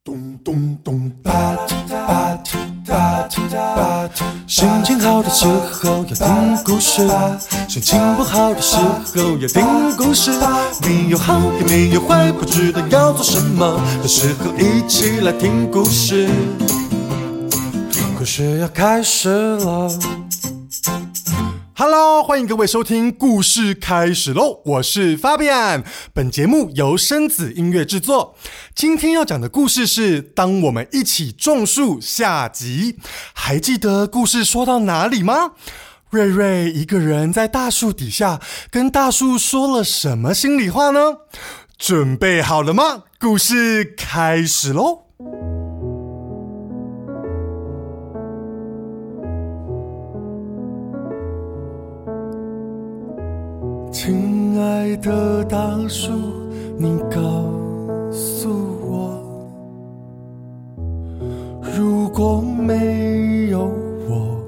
咚咚咚，吧嗒吧嗒吧嗒吧嗒。心情好的时候要听故事，心情不好的时候要听故事。没有好也没有坏，不知道要做什么的时候，一起来听故事。故事要开始了。Hello， 欢迎各位收听故事开始喽！我是 Fabian， 本节目由生子音乐制作。今天要讲的故事是当我们一起种树下集。还记得故事说到哪里吗？瑞瑞一个人在大树底下跟大树说了什么心里话呢？准备好了吗？故事开始喽！亲爱的大树，你告诉我，如果没有我，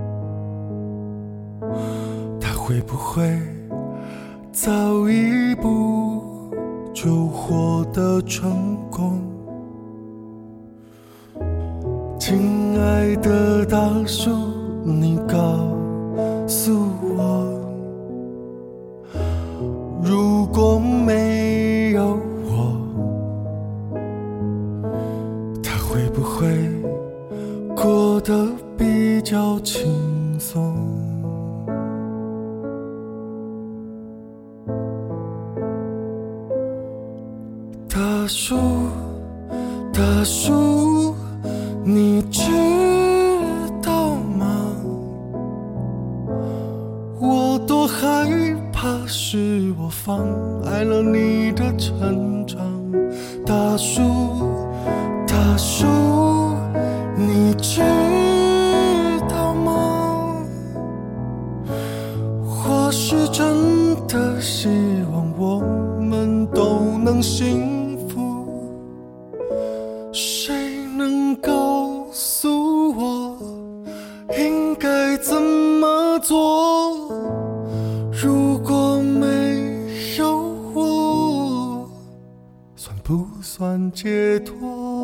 它会不会早一步就获得成功？亲爱的大树，你告诉我，如果没有我，他会不会过得比较轻松？大树，大树，你知道吗？我多害怕是我妨碍了你的成长。大树，大树，你知道吗？我是真的希望我们都能幸福。谁能告诉我应该怎么做？如果没有我，算不算解脱？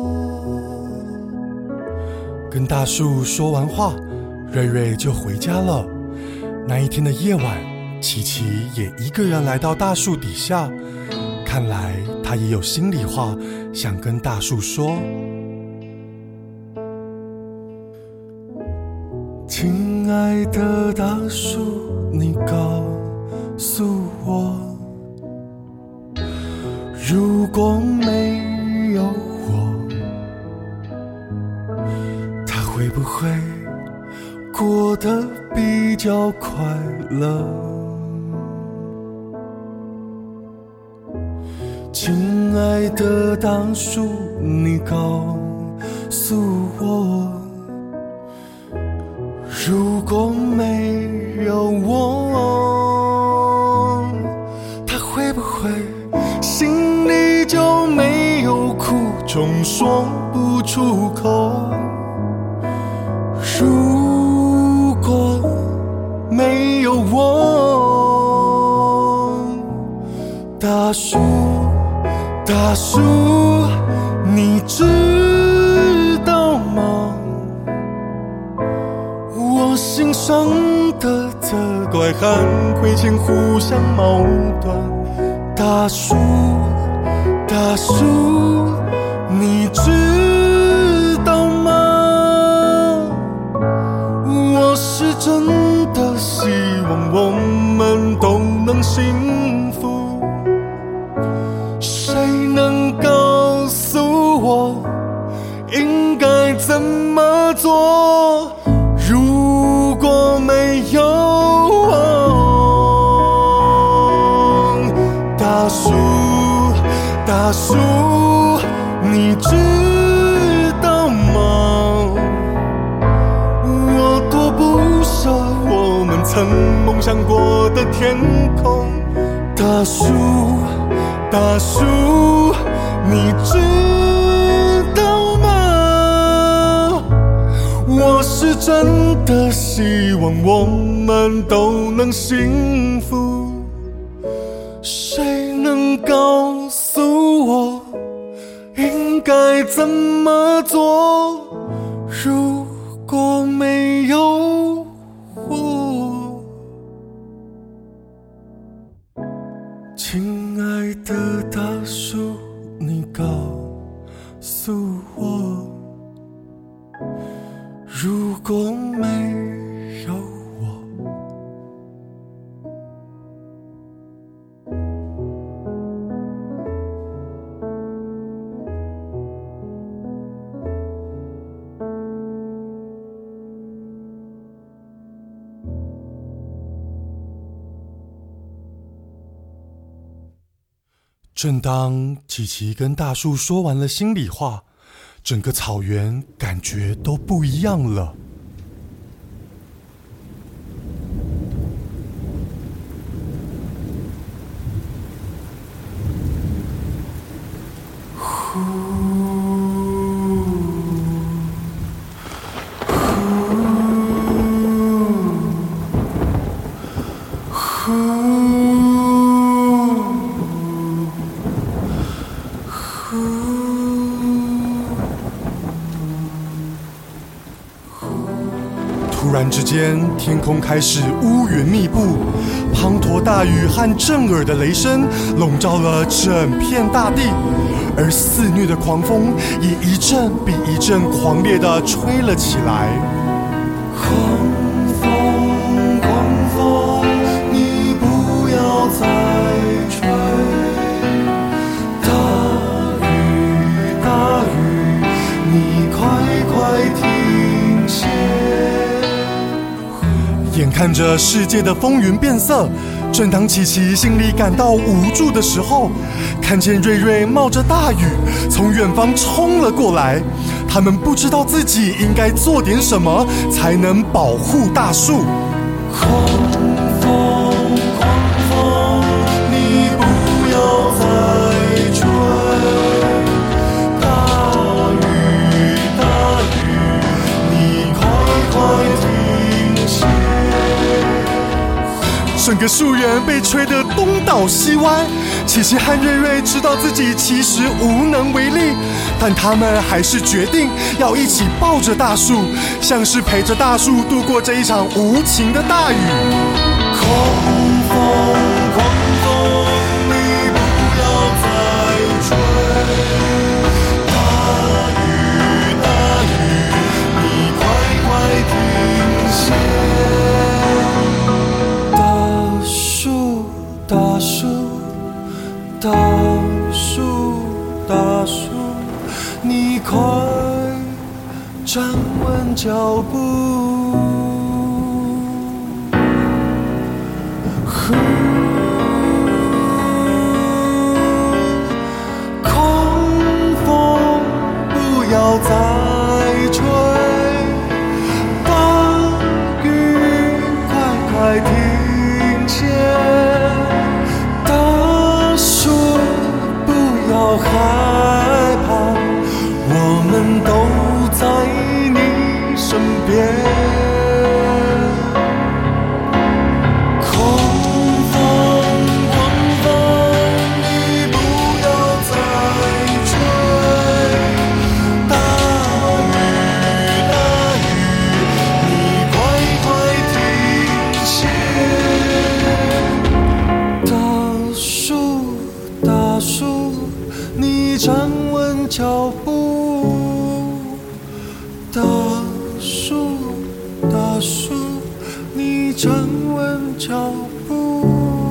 跟大树说完话，瑞瑞就回家了。那一天的夜晚，琪琪也一个人来到大树底下，看来他也有心里话想跟大树说。亲爱的大树，你告诉我，如果没有我，他会不会过得比较快乐？亲爱的大树，你告诉我，如果没有我，他会不会心里就没有苦，总说不出口？如果没有我，大树，大树，你知道吗？我心上的责怪和亏欠互相矛盾。大树，大树，你知道吗？我是真的希望我们都能幸福。谁能告诉我应该怎么做？如果没有我，大树，大树，你知道吗？我多不舍我们曾梦想过的天空。大树，大树，你知道吗？我是真的希望我们都能幸福。谁能告诉我应该怎么做？如果没有我，亲爱的大树，你告诉我，如果没有我。正当琪琪跟大树说完了心里话，整个草原感觉都不一样了。突然之间，天空开始乌云密布，滂沱大雨和震耳的雷声笼罩了整片大地，而肆虐的狂风也一阵比一阵狂烈地吹了起来。狂风，狂风，你不要再吹！大雨，大雨，你快快停歇！眼看着世界的风云变色，正当琪琪心里感到无助的时候，看见瑞瑞冒着大雨从远方冲了过来。他们不知道自己应该做点什么才能保护大树。狂风，狂风，你不要再吹！大雨，大雨，你快快停歇！整个树园被吹得东倒西歪，琪琪和瑞瑞知道自己其实无能为力，但他们还是决定要一起抱着大树，像是陪着大树度过这一场无情的大雨。狂风，狂风，你不要再吹！大雨，大雨，你快快停歇！大树，大树，大树，大树，你快站稳脚步！狂风不要再吹，大雨快快停歇，大树不要害怕，我们都在你身边。站稳脚步，大树，大树，你站稳脚步。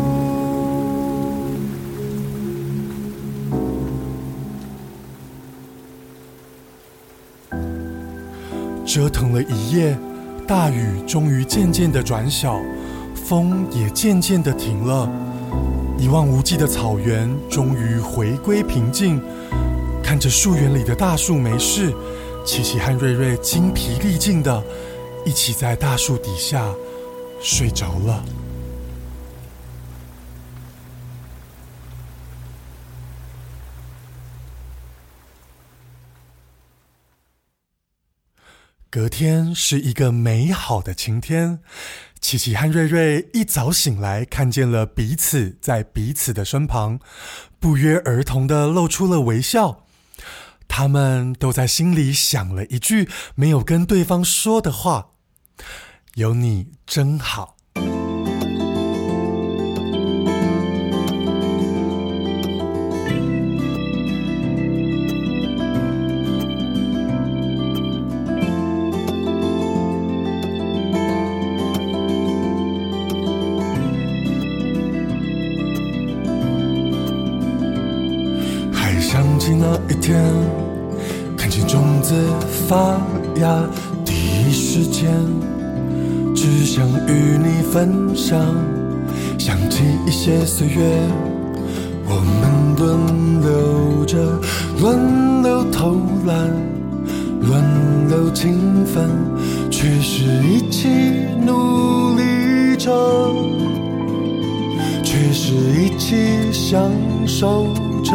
折腾了一夜，大雨终于渐渐地转小，风也渐渐地停了。一望无际的草原终于回归平静，看着树园里的大树没事，琪琪和瑞瑞精疲力尽的一起在大树底下睡着了。隔天是一个美好的晴天，琪琪和瑞瑞一早醒来，看见了彼此在彼此的身旁，不约而同地露出了微笑。 他们都在心里想了一句没有跟对方说的话：有你真好。 想起那一天，看见种子发芽，第一时间只想与你分享。想起一些岁月，我们轮流着，轮流偷懒，轮流勤奋，却是一起努力着，却是一起享受着，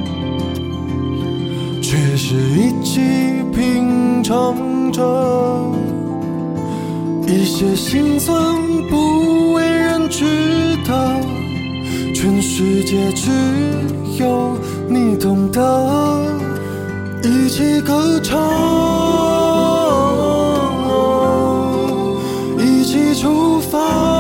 却是一起品尝着，一些心酸不为人知的，全世界只有你懂得。一起歌唱，一起出发。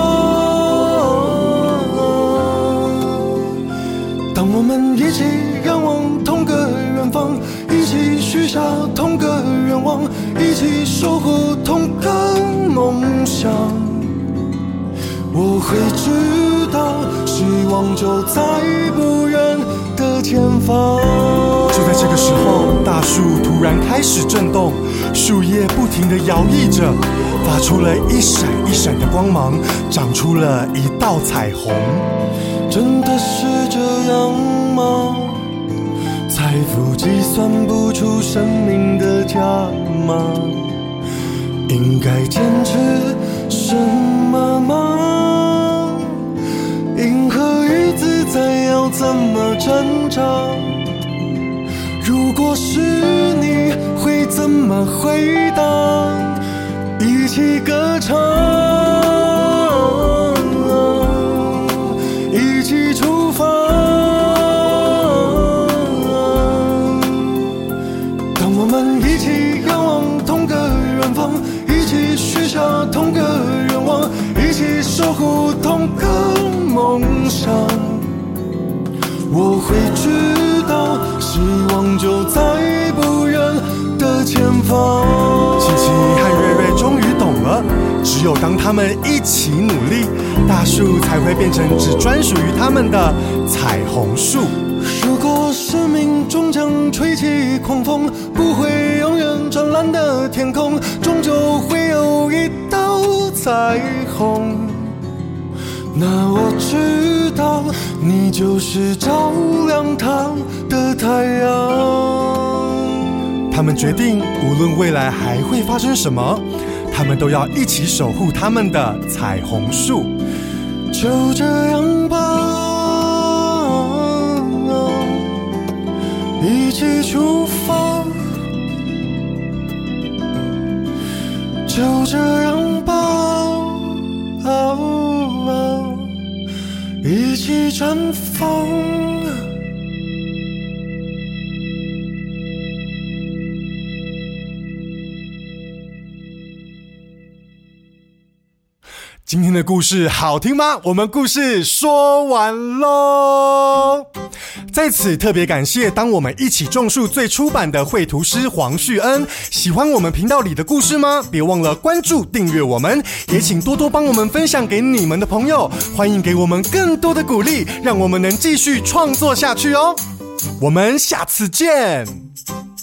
当我们一起仰望同个远方，一起许下同个愿望，一起守护同个梦想，我会知道希望就在不远的前方。 就在这个时候，大树突然开始震动，树叶不停地摇曳着，发出了一闪一闪的光芒，长出了一道彩虹。 真的是这样吗？财富计算不出生命的价码，应该坚持什么吗？银河与自在要怎么挣扎？如果是你会怎么回答？一起歌唱，一起出发。当我们一起仰望同个远方，一起许下同个愿望，一起守护同个梦想，我会知道希望就在不远的前方。 琪琪和瑞瑞终于懂了，只有当他们一起努力，大树才会变成只专属于他们的彩虹树。 如果生命终将吹起狂风，不会永远湛蓝的天空，终究会有一道彩虹。那我知道你就是照亮它的太阳。 他们决定，无论未来还会发生什么，他们都要一起守护他们的彩虹树。 就这样吧，一起出发。就这样吧，一起绽放。 今天的故事好听吗？我们故事说完咯。在此特别感谢当我们一起种树最出版的绘图师黄旭恩。喜欢我们频道里的故事吗？别忘了关注订阅我们，也请多多帮我们分享给你们的朋友，欢迎给我们更多的鼓励，让我们能继续创作下去哦。我们下次见。